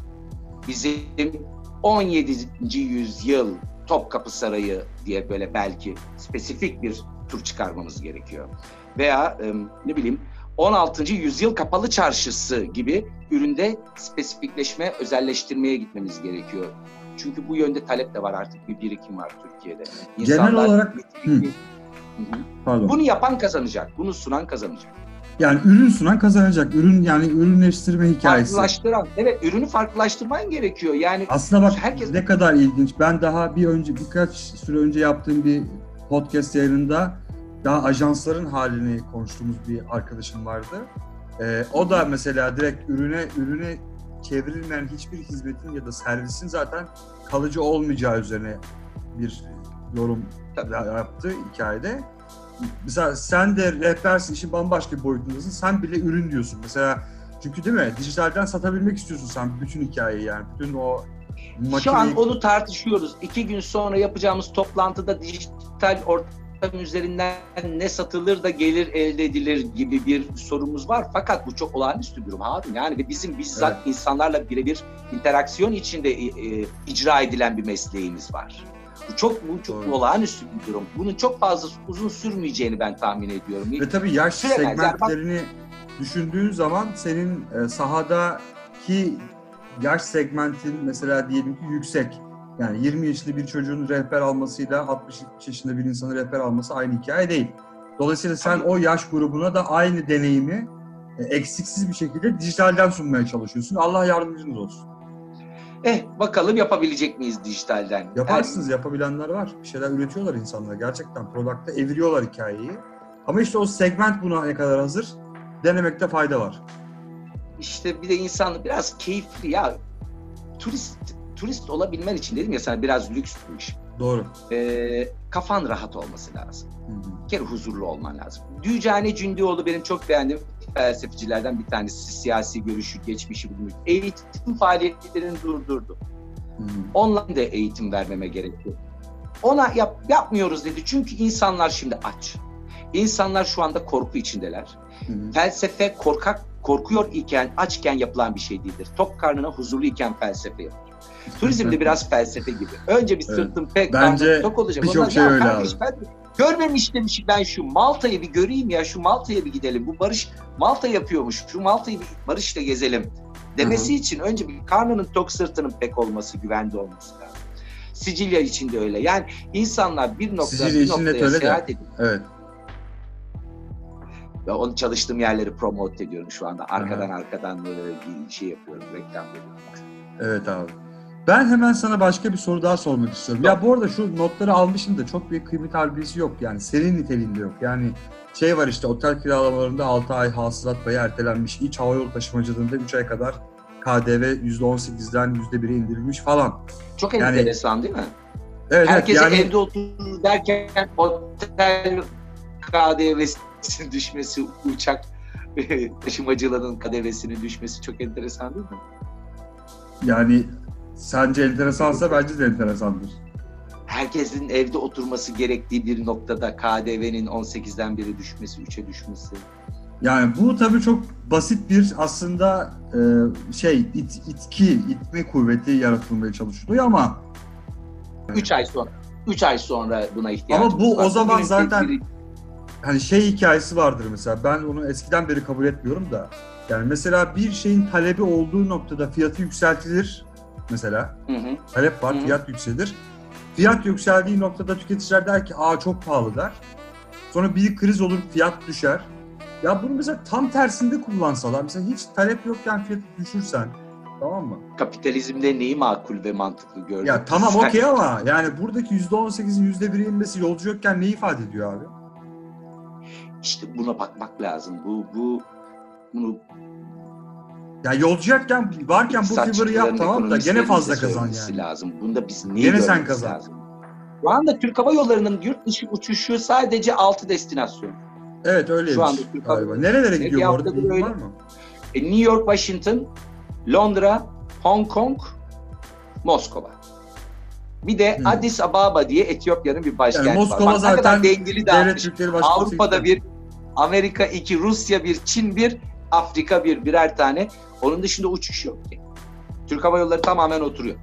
Bizim on yedinci yüzyıl Topkapı Sarayı diye böyle belki spesifik bir tur çıkarmamız gerekiyor. Veya e, ne bileyim on altıncı yüzyıl Kapalı Çarşısı gibi üründe spesifikleşme, özelleştirmeye gitmemiz gerekiyor. Çünkü bu yönde talep de var, artık bir birikim var Türkiye'de. Genel olarak- Hı hı. Pardon. Bunu yapan kazanacak, bunu sunan kazanacak. Yani ürün sunan kazanacak. Ürün yani ürünleştirme hikayesi. Farklılaştıran, evet, ürünü farklılaştırman gerekiyor. Yani Aslında bak herkes- ne kadar ilginç. Ben daha bir önce birkaç süre önce yaptığım bir podcast yayınında daha ajansların halini konuştuğumuz bir arkadaşım vardı. Ee, o da mesela direkt ürüne ürüne çevrilmeyen hiçbir hizmetin ya da servisin zaten kalıcı olmayacağı üzerine bir yorum Tabii. yaptı hikayede. Mesela sen de rehbersin, işin bambaşka bir boyutundasın. Sen bile ürün diyorsun. Mesela çünkü değil mi? Dijitalden satabilmek istiyorsun sen bütün hikayeyi yani. Bütün o makineyi... Şu an onu tartışıyoruz. İki gün sonra yapacağımız toplantıda dijital ortam üzerinden ne satılır da gelir elde edilir gibi bir sorumuz var. Fakat bu çok olağanüstü bir durum Harun. Yani ve bizim bizzat Evet. insanlarla birebir interaksiyon içinde e, e, icra edilen bir mesleğimiz var. Bu çok bu çok Doğru. olağanüstü bir durum. Bunun çok fazla uzun sürmeyeceğini ben tahmin ediyorum. Ve tabii yaş Süremez. Yani bak- segmentlerini düşündüğün zaman senin e, sahadaki yaş segmentin mesela diyelim ki yüksek. Yani yirmi yaşında bir çocuğun rehber almasıyla altmış yaşında bir insanın rehber alması aynı hikaye değil. Dolayısıyla sen Tabii. o yaş grubuna da aynı deneyimi e, eksiksiz bir şekilde dijitalden sunmaya çalışıyorsun. Allah yardımcınız olsun. Eh bakalım yapabilecek miyiz dijitalden? Yaparsınız, yapabilenler var. Bir şeyler üretiyorlar insanlar gerçekten. Product'ta eviriyorlar hikayeyi. Ama işte o segment buna ne kadar hazır? Denemekte fayda var. İşte bir de insan biraz keyifli ya. Turist turist olabilmen için dedim ya sana, biraz lüks bu iş. Doğru. Ee, kafan rahat olması lazım. Hı hı. Bir kere huzurlu olman lazım. Dücane Cündioğlu benim çok beğendiğim felsefecilerden bir tanesi. Siyasi görüşü, geçmişi bulmuş. Eğitim faaliyetlerini durdurdu. Hı hı. Online de eğitim vermeme gerekiyor. Ona yap, yapmıyoruz dedi. Çünkü insanlar şimdi aç. İnsanlar şu anda korku içindeler. Hı hı. Felsefe korkak korkuyor iken, açken yapılan bir şey değildir. Tok karnına huzurlu iken felsefe yapılır. Turizm de biraz felsefe gibi. Önce bir sırtım evet. pek Bence karnım tok olacak. birçok şey öyle kardeş, abi. Ben görmemiştim ben şu Malta'yı bir göreyim ya, şu Malta'ya bir gidelim. Bu Barış Malta yapıyormuş, şu Malta'yı bir Barış'la gezelim demesi Hı-hı. için önce bir karnının tok, sırtının pek olması, güvende olması lazım. Sicilya için de öyle. Yani insanlar bir noktadan bir noktaya seyahat ediyor. Evet. Ve onu çalıştığım yerleri promote ediyorum şu anda. Arkadan Hı-hı. arkadan böyle bir şey yapıyorum, reklam veriyorum. Evet abi. Ben hemen sana başka bir soru daha sormak istiyorum. Ya bu arada şu notları almışım da çok bir kıymet harbiyesi yok. Yani senin niteliğinde yok. Yani şey var işte, otel kiralamalarında altı ay hasılat payı ertelenmiş. İç havayolu taşımacılığında üç ay kadar K D V yüzde on sekizden yüzde bire indirilmiş falan. Çok yani, enteresan değil mi? Evet, herkese yani, evde oturur derken otel K D V'sinin düşmesi, uçak taşımacılığının K D V'sinin düşmesi çok enteresan değil mi? Yani sence enteresansa bence de enteresandır. Herkesin evde oturması gerektiği bir noktada K D V'nin on sekizden bire düşmesi, üçe düşmesi. Yani bu tabii çok basit bir aslında e, şey it, itki, itme kuvveti yaratılmaya çalışılıyor ama üç ay sonra üç ay sonra buna ihtiyacımız var. Ama bu var. o zaman Bugünün zaten tedbiri... hani şey hikayesi vardır mesela. Ben onu eskiden beri kabul etmiyorum da. Yani mesela bir şeyin talebi olduğu noktada fiyatı yükseltilir mesela. Hı hı. Talep var, hı hı. fiyat yükselir. Fiyat yükseldiği noktada tüketiciler der ki aa çok pahalı der. Sonra bir kriz olur, fiyat düşer. Ya bunu mesela tam tersinde kullansalar, mesela hiç talep yokken fiyatı düşürsen, tamam mı? Kapitalizmde neyi makul ve mantıklı gördün? Ya tamam okey ama yani buradaki yüzde on sekizin yüzde bire inmesi yolcu yokken ne ifade ediyor abi? İşte buna bakmak lazım. Bu bu bunu ya yolcu yokken varken bu fiber'ı yap tamam da gene fazla kazan yani. Lazım. Bunda biz neyi gene sen kazan. Lazım? Şu anda Türk Hava Yolları'nın yurt dışı uçuşu sadece altı destinasyon. Evet öyleymiş. Şu anda Türk Hava Yolları. Nerelere gidiyor bu arada? Bilgin var mı? E, New York, Washington, Londra, Hong Kong, Moskova. Bir de hmm. Addis Ababa diye Etiyopya'nın bir başkenti yani Moskova var. Bak, zaten ne kadar dengeli dağılmış. Avrupa'da bir, Amerika iki, Rusya bir, Çin bir, Afrika bir, birer tane. Onun dışında uçuş yok ki. Türk Hava Yolları tamamen oturuyor.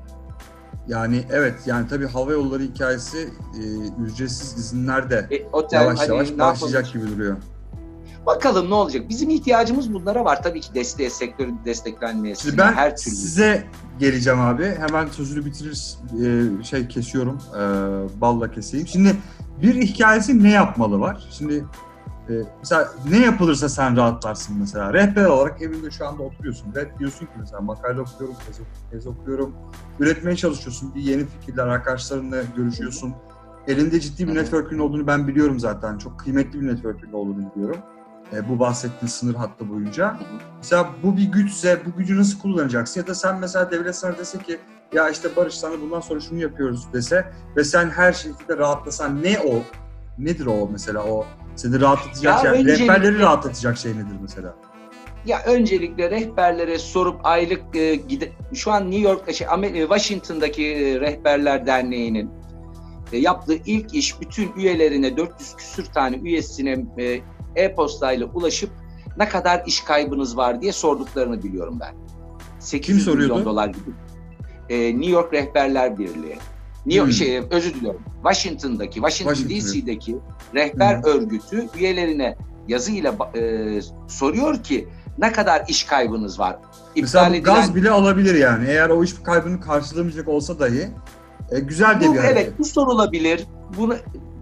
Yani evet yani tabii hava yolları hikayesi e, ücretsiz izinler de e, otel, yavaş hani yavaş başlayacak gibi duruyor. Bakalım ne olacak? Bizim ihtiyacımız bunlara var. Tabii ki desteğe, sektörün desteklenmesi. Ben her türlü. Size geleceğim abi. Hemen sözünü bitirir e, şey kesiyorum. E, balla keseyim. Şimdi bir hikayesi ne yapmalı var? Şimdi e, mesela ne yapılırsa sen rahatlarsın mesela. Rehber olarak evinde şu anda oturuyorsun ve diyorsun ki mesela makale okuyorum, tez, tez okuyorum. Üretmeye çalışıyorsun. Bir yeni fikirler, arkadaşlarınla görüşüyorsun. Elinde ciddi bir network'ün olduğunu ben biliyorum zaten. Çok kıymetli bir network'ün olduğunu biliyorum. E, bu bahsettiğin sınır hattı boyunca. Mesela bu bir güçse bu gücü nasıl kullanacaksın? Ya da sen mesela devlet sana dese ki ya işte Barış sana bundan sonra şunu yapıyoruz dese ve sen her şekilde rahatlasan ne o? Nedir o mesela o? Seni rahatlatacak ya şey, öncelikle, rehberleri rahatlatacak şey nedir mesela? Ya öncelikle rehberlere sorup aylık e, gide, şu an New York, şey, Washington'daki e, Rehberler Derneği'nin e, yaptığı ilk iş bütün üyelerine dört yüz küsür tane üyesine e, e-postayla ulaşıp ne kadar iş kaybınız var diye sorduklarını biliyorum ben. sekiz yüz milyon dolar gibi. Ee, New York Rehberler Birliği. New York, hmm. şey, özür diliyorum. Washington'daki, Washington, Washington. D C'deki rehber hmm. örgütü üyelerine yazıyla e, soruyor ki ne kadar iş kaybınız var? İptal Mesela edilen... gaz bile alabilir yani. Eğer o iş kaybını karşılamayacak olsa dahi e, güzel de bu, bir hareket. Evet, bu sorulabilir. Bunu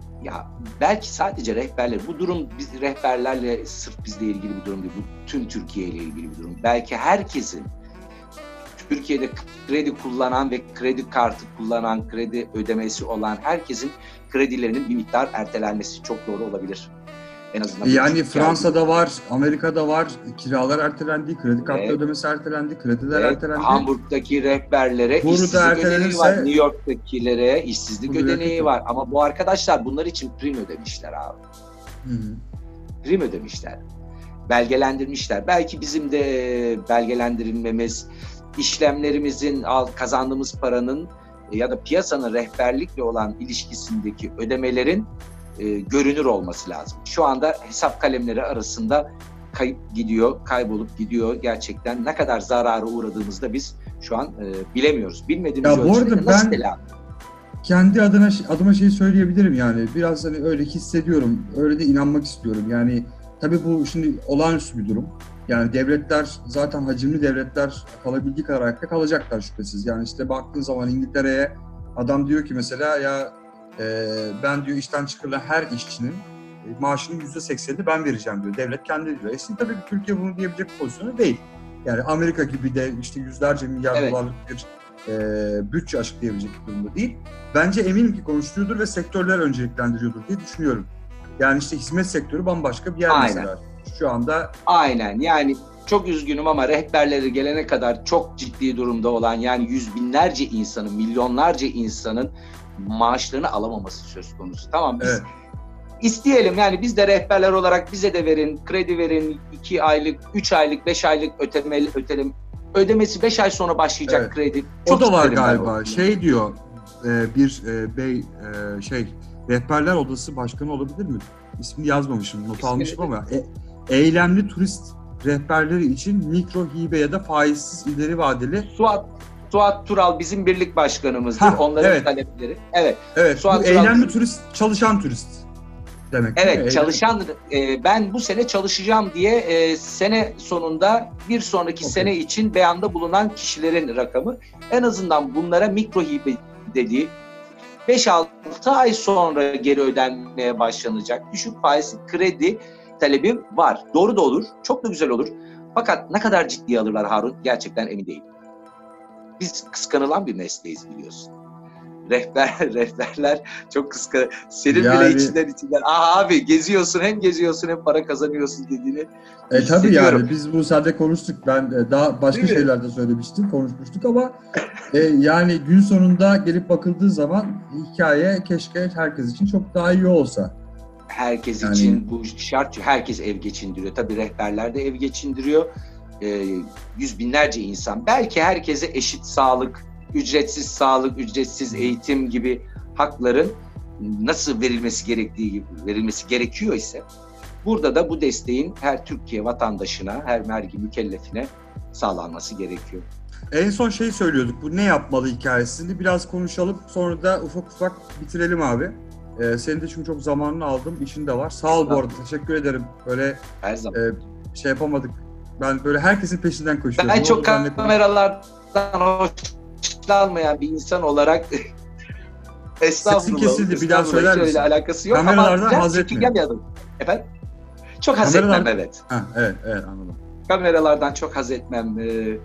ya belki sadece rehberler, bu durum biz rehberlerle sırf bizle ilgili bir durum değil, bu tüm Türkiye ile ilgili bir durum. Belki herkesin Türkiye'de kredi kullanan ve kredi kartı kullanan, kredi ödemesi olan herkesin kredilerinin bir miktar ertelenmesi çok doğru olabilir. En azından yani Fransa'da geldi. Var, Amerika'da var, kiralar ertelendi, kredi kartı evet. ödemesi ertelendi, krediler evet. ertelendi. Hamburg'daki rehberlere Burada işsizlik ödeneği var, New York'takilere işsizlik ödeneği var. Ama bu arkadaşlar bunlar için prim ödemişler abi. Hı-hı. Prim ödemişler, belgelendirmişler. Belki bizim de belgelendirilmemiz, işlemlerimizin, kazandığımız paranın ya da piyasanın rehberlikle olan ilişkisindeki ödemelerin e, görünür olması lazım. Şu anda hesap kalemleri arasında kayıp gidiyor, kaybolup gidiyor. Gerçekten ne kadar zarara uğradığımızda biz şu an e, bilemiyoruz. Bilmediğimiz Ya bu ölçüde arada nasıl ben- telafi? Kendi adına adıma şeyi söyleyebilirim yani. Biraz hani öyle hissediyorum. Öyle de inanmak istiyorum. Yani tabii bu şimdi olağanüstü bir durum. Yani devletler zaten hacimli devletler kalabildiği kadar ayakta kalacaklar şüphesiz. Yani işte baktığın zaman İngiltere'ye adam diyor ki mesela ya e, ben diyor işten çıkarılan her işçinin e, maaşının yüzde seksenini ben vereceğim diyor. Devlet kendi diyor. E şimdi tabii ki Türkiye bunu diyebilecek pozisyonu değil. Yani Amerika gibi de işte yüzlerce milyar Evet. dolarlık bir e, bütçe açıklayabilecek bir durumda değil. Bence eminim ki konuşturuyordur ve sektörler önceliklendiriyordur diye düşünüyorum. Yani işte hizmet sektörü bambaşka bir yer Aynen. mesela. Şu anda Aynen, yani çok üzgünüm ama rehberleri gelene kadar çok ciddi durumda olan, yani yüz binlerce insanın, milyonlarca insanın maaşlarını alamaması söz konusu. Tamam, biz evet, isteyelim, yani biz de rehberler olarak bize de verin, kredi verin, iki aylık, üç aylık, beş aylık ödemeli, ödelim. Ödemesi beş ay sonra başlayacak Evet. kredi. o da var isterim ben galiba. o. Şey diyor e, bir e, bey e, şey rehberler odası başkanı olabilir mi? İsmini yazmamışım, not İsmini almışım de- ama e, eylemli turist rehberleri için mikro hibe ya da faizsiz ileri vadeli. Suat, Suat Tural bizim birlik başkanımızdır. Hah, Onların evet. talepleri. Evet. Evet, Suat bu Tural- eylemli turist, çalışan turist demek. değil mi? Evet, Eylem- çalışan e, ben bu sene çalışacağım diye e, sene sonunda bir sonraki Okey. sene için beyanda bulunan kişilerin rakamı. En azından bunlara mikro hibe dediği beş altı ay sonra geri ödenmeye başlanacak düşük faizli kredi talebi var. Doğru da olur, çok da güzel olur. Fakat ne kadar ciddiye alırlar Harun, gerçekten emin değilim. Biz kıskanılan bir mesleğiz biliyorsun. Rehber, rehberler çok kıskan. Senin Yani- bile içinden içinden. Aa abi geziyorsun, hem geziyorsun hem para kazanıyorsun dediğini E tabii hissediyorum. yani biz bu saatte konuştuk. Ben e, daha başka Değil mi? şeyler de söylemiştim, konuşmuştuk ama e, yani gün sonunda gelip bakıldığı zaman hikaye keşke herkes için çok daha iyi olsa. Herkes Yani- için bu şart. Herkes ev geçindiriyor. Tabii rehberler de ev geçindiriyor. Ee, yüz binlerce insan. Belki herkese eşit sağlık, ücretsiz sağlık, ücretsiz eğitim gibi hakların nasıl verilmesi gerektiği gibi verilmesi gerekiyor ise burada da bu desteğin her Türkiye vatandaşına, her vergi mükellefine sağlanması gerekiyor. En son şey söylüyorduk, bu ne yapmalı hikayesini biraz konuşalım. Sonra da ufak ufak bitirelim abi. E, senin de çünkü çok zamanını aldım, işin de var. Sağ ol bu arada, teşekkür ederim. Böyle Her zaman. e, şey yapamadık. Ben böyle herkesin peşinden koşuyorum. Ben Ne çok oldu zannetmedim. kameralardan hoşlanmayan bir insan olarak estağfurullah. kesildi, bir daha estağfurullah, söyler hiç misin? öyle alakası yok Kameralardan ama biraz haz çekingen etmiyor. bir adam. Efendim? Çok haz Kameralar- etmem, evet. Ha, evet, evet anladım. Kameralardan çok haz etmem.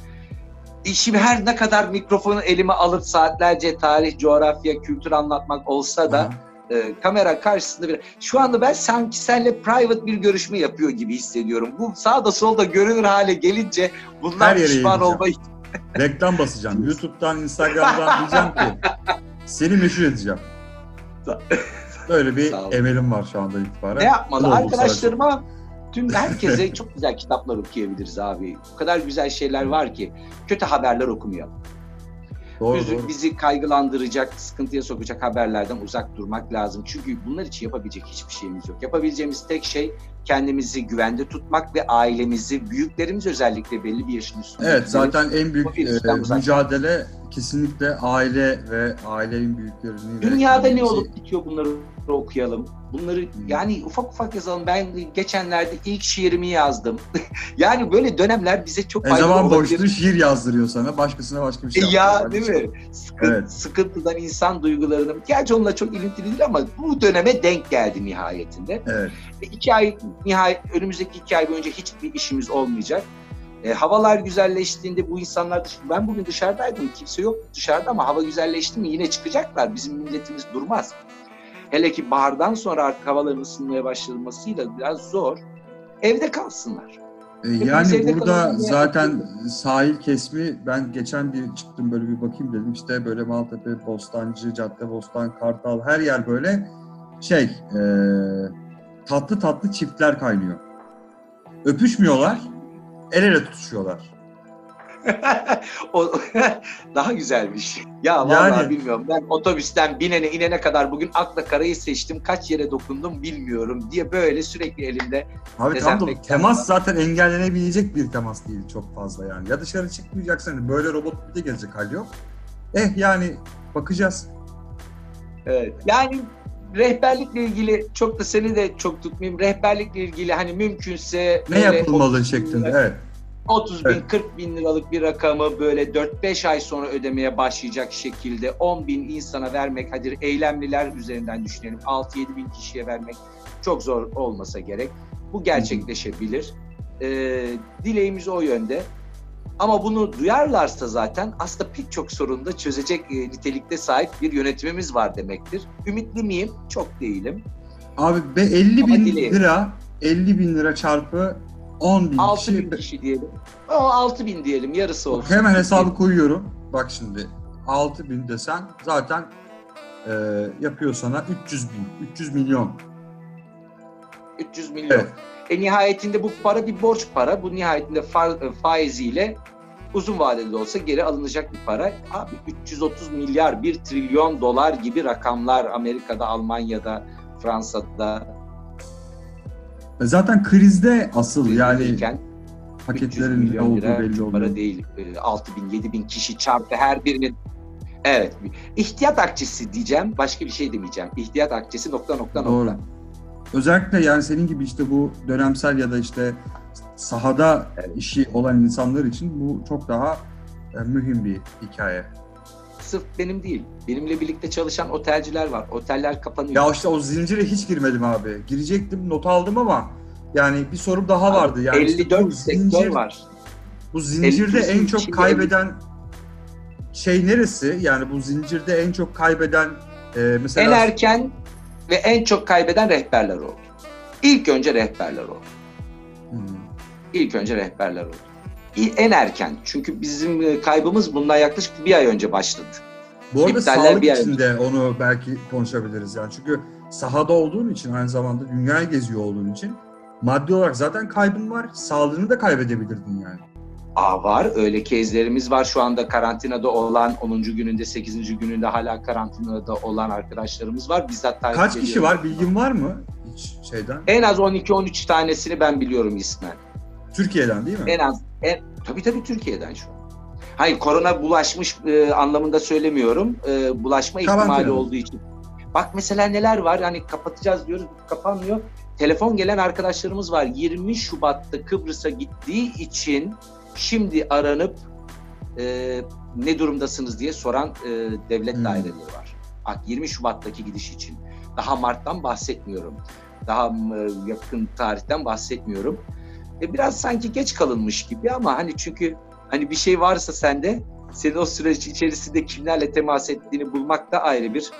Ee, şimdi her ne kadar mikrofonu elime alıp saatlerce tarih, coğrafya, kültür anlatmak olsa da Aha. e, kamera karşısında bir... Şu anda ben sanki seninle private bir görüşme yapıyor gibi hissediyorum. Bu sağda solda görünür hale gelince bundan Her yere pişman yayınlayacağım. olmayı... Reklam basacağım. YouTube'dan, Instagram'dan diyeceğim ki seni meşhur edeceğim. Böyle bir Sağ ol. emelim var şu anda itibaren. Ne yapmalı? Bu da oldu Arkadaşlarıma, tüm herkese çok güzel kitaplar okuyabiliriz abi. O kadar güzel şeyler var ki. Kötü haberler okumayalım. Doğru, Bizi, doğru. bizi kaygılandıracak, sıkıntıya sokacak haberlerden uzak durmak lazım. Çünkü bunlar için yapabilecek hiçbir şeyimiz yok. Yapabileceğimiz tek şey kendimizi güvende tutmak ve ailemizi, büyüklerimiz özellikle belli bir yaşın üstünde. Evet, zaten en büyük Bu virüsten e, uzak. mücadele kesinlikle aile ve ailenin büyüklerini. ve Dünyada ne kendimizi- olup bitiyor, bunları okuyalım. Bunları yani ufak ufak yazalım. Ben geçenlerde ilk şiirimi yazdım. Yani böyle dönemler bize çok Ne faydalı zaman olabilir. boşluğu şiir yazdırıyor sana, başkasına başka bir şey E ya yaptırıyor. değil mi? Sıkıntı, Evet. Sıkıntıdan insan duygularını, gerçi onunla çok ilintili değil ama bu döneme denk geldi nihayetinde. Evet. Ve iki ay, nihayet önümüzdeki iki ay boyunca hiçbir işimiz olmayacak. E, havalar güzelleştiğinde bu insanlar, ben bugün dışarıdaydım, kimse yok dışarıda ama hava güzelleşti mi yine çıkacaklar. Bizim milletimiz durmaz. Hele ki bahardan sonra artık havaların ısınmaya başlamasıyla biraz zor. Evde kalsınlar. E, Hepimiz Yani evde burada kalalım diye zaten sahil kesimi, ben geçen bir çıktım böyle bir bakayım dedim, işte böyle Maltepe, Bostancı, Caddebostan, Kartal, her yer böyle şey e, tatlı tatlı çiftler kaynıyor. Öpüşmüyorlar, el ele tutuşuyorlar. O daha güzelmiş. Ya vallahi Yani- bilmiyorum. Ben otobüsten binene inene kadar bugün akla karayı seçtim. Kaç yere dokundum bilmiyorum diye böyle sürekli elimde. Abi tam da Dezenfektan temas var. zaten engellenebilecek bir temas değil çok fazla yani. Ya dışarı çıkmayacaksın hani böyle robot bir de gelecek hal yok. Eh yani bakacağız. Evet. Yani rehberlikle ilgili çok da seni de çok tutmayayım. Rehberlikle ilgili hani mümkünse Ne böyle yapılmalı otuz bin şeklinde lira- evet. otuz bin Evet. kırk bin liralık bir rakamı böyle dört beş ay sonra ödemeye başlayacak şekilde on bin insana vermek, hadi eylemliler üzerinden düşünelim, altı yedi bin kişiye vermek çok zor olmasa gerek. Bu gerçekleşebilir. Ee, dileğimiz o yönde. Ama bunu duyarlarsa zaten aslında pek çok sorunu da çözecek e, nitelikte sahip bir yönetimimiz var demektir. Ümitli miyim? Çok değilim. Abi be elli Ama bin dileğim. lira elli bin lira çarpı on bin altı kişi. bin kişi diyelim. O altı bin diyelim, yarısı Bak, olsun. hemen hesabı koyuyorum. Bak şimdi altı bin desen zaten e, yapıyor sana üç yüz bin. üç yüz milyon. üç yüz milyon. Evet. E nihayetinde bu para bir borç para. Bu nihayetinde fa- faiziyle uzun vadede de olsa geri alınacak bir para. Abi üç yüz otuz milyar, bir trilyon dolar gibi rakamlar Amerika'da, Almanya'da, Fransa'da E, Zaten krizde asıl yani verilirken üç yüz paketlerin ne milyon olduğu lira belli para olmuyor. değil. E, altı bin, yedi bin kişi çarpı her birinin. Evet. İhtiyat akçesi diyeceğim. Başka bir şey demeyeceğim. İhtiyat akçesi nokta nokta Doğru. nokta. Özellikle yani senin gibi işte bu dönemsel ya da işte sahada Evet. işi olan insanlar için bu çok daha e, mühim bir hikaye. Sırf benim değil. Benimle birlikte çalışan otelciler var. Oteller kapanıyor. Ya işte o zincire hiç girmedim abi. Girecektim, not aldım ama yani bir sorum daha vardı. Yani işte elli dört bu sektör zincir, var. bu zincirde elli en çok içinde kaybeden şey neresi? Yani bu zincirde en çok kaybeden e, mesela En erken ve en çok kaybeden rehberler oldu. İlk önce rehberler oldu. Hmm. İlk önce rehberler oldu. İ- En erken. Çünkü bizim e, kaybımız bundan yaklaşık bir ay önce başladı. Bu arada İptaller sağlık bir ay için de onu belki konuşabiliriz yani. Çünkü sahada olduğun için aynı zamanda dünyayı geziyor olduğun için maddi olarak zaten kaybın var. Sağlığını da kaybedebilirdin yani. Aa, var. Öyle case'lerimiz var. Şu anda karantinada olan, onuncu gününde, sekizinci gününde hala karantinada olan arkadaşlarımız var. Bizzat takip Kaç kişi ediyorum. var? Bilgin var mı? Hiç şeyden. En az on iki on üç tanesini ben biliyorum ismen. Türkiye'den değil mi? En az. En, tabii tabii Türkiye'den şu an. Hayır, korona bulaşmış e, anlamında söylemiyorum. E, bulaşma ihtimali Karantina. olduğu için. Bak mesela neler var. Hani kapatacağız diyoruz, kapanmıyor. Telefon gelen arkadaşlarımız var. yirmi Şubat'ta Kıbrıs'a gittiği için şimdi aranıp e, ne durumdasınız diye soran e, devlet Hmm. daireleri var. Bak yirmi Şubat'taki gidiş için. Daha Mart'tan bahsetmiyorum. Daha e, yakın tarihten bahsetmiyorum. E, biraz sanki geç kalınmış gibi ama hani çünkü hani bir şey varsa sende, senin o süreç içerisinde kimlerle temas ettiğini bulmak da ayrı bir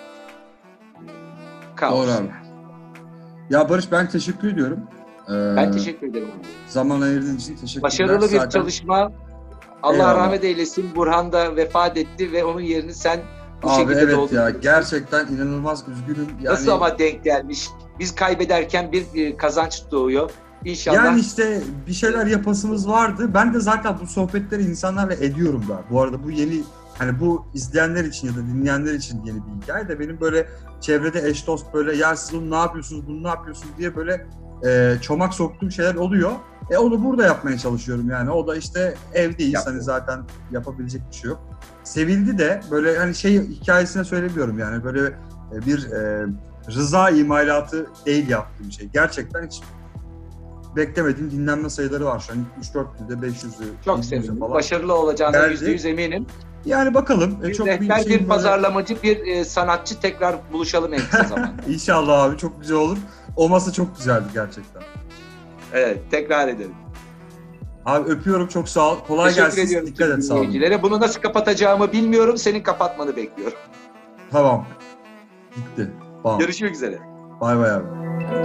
kaos. Doğru abi. Ya Barış ben teşekkür ediyorum. Ee, Ben teşekkür ederim. Zaman ayırdığın için teşekkürler. Başarılı bir Zaten- çalışma. Allah Eyvallah. rahmet eylesin. Burhan da vefat etti ve onun yerini sen bu Abi şekilde evet doldurdun. ya gerçekten inanılmaz üzgünüm. Yani, Nasıl ama denk gelmiş. Biz kaybederken bir e, kazanç doğuyor. İnşallah. Yani işte bir şeyler yapasımız vardı. Ben de zaten bu sohbetleri insanlarla ediyorum da. Bu arada bu yeni hani bu izleyenler için ya da dinleyenler için yeni bir hikaye de benim böyle çevrede eş dost böyle ya siz bunu ne yapıyorsunuz bunu ne yapıyorsunuz diye böyle e, çomak soktuğum şeyler oluyor. E onu burada yapmaya çalışıyorum yani. O da işte evdeyiz Yaptım. hani zaten yapabilecek bir şey yok. Sevildi de böyle hani şey hikayesine söylemiyorum yani böyle e, bir e, rıza imalatı değil yaptığım şey. Gerçekten hiç beklemediğim dinlenme sayıları var şu an. üç dört günde beş yüzü, Çok yedi yüzü sevindim. falan. Başarılı olacağına Geldi. yüzde yüz eminim. Yani bakalım. E, Bir çok rehber, bir, bir, şeyim böyle- pazarlamacı, bir e, sanatçı tekrar buluşalım en kısa zamanda. İnşallah abi çok güzel olur. O masa çok güzeldi gerçekten. Evet, tekrar edelim. Abi öpüyorum çok sağ ol. Kolay Teşekkür gelsin. ediyorum Dikkat tüm et sağ olun. dinleyicilere. Bunu nasıl kapatacağımı bilmiyorum. Senin kapatmanı bekliyorum. Tamam. Gitti. Tamam. Görüşmek üzere. Bay bay abi.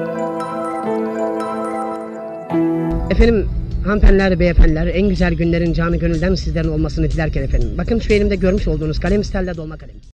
Efendim hanımefendiler, beyefendiler en güzel günlerin canı gönülden sizlerin olmasını dilerken efendim. Bakın şu elimde görmüş olduğunuz kalem Stella dolma kalem.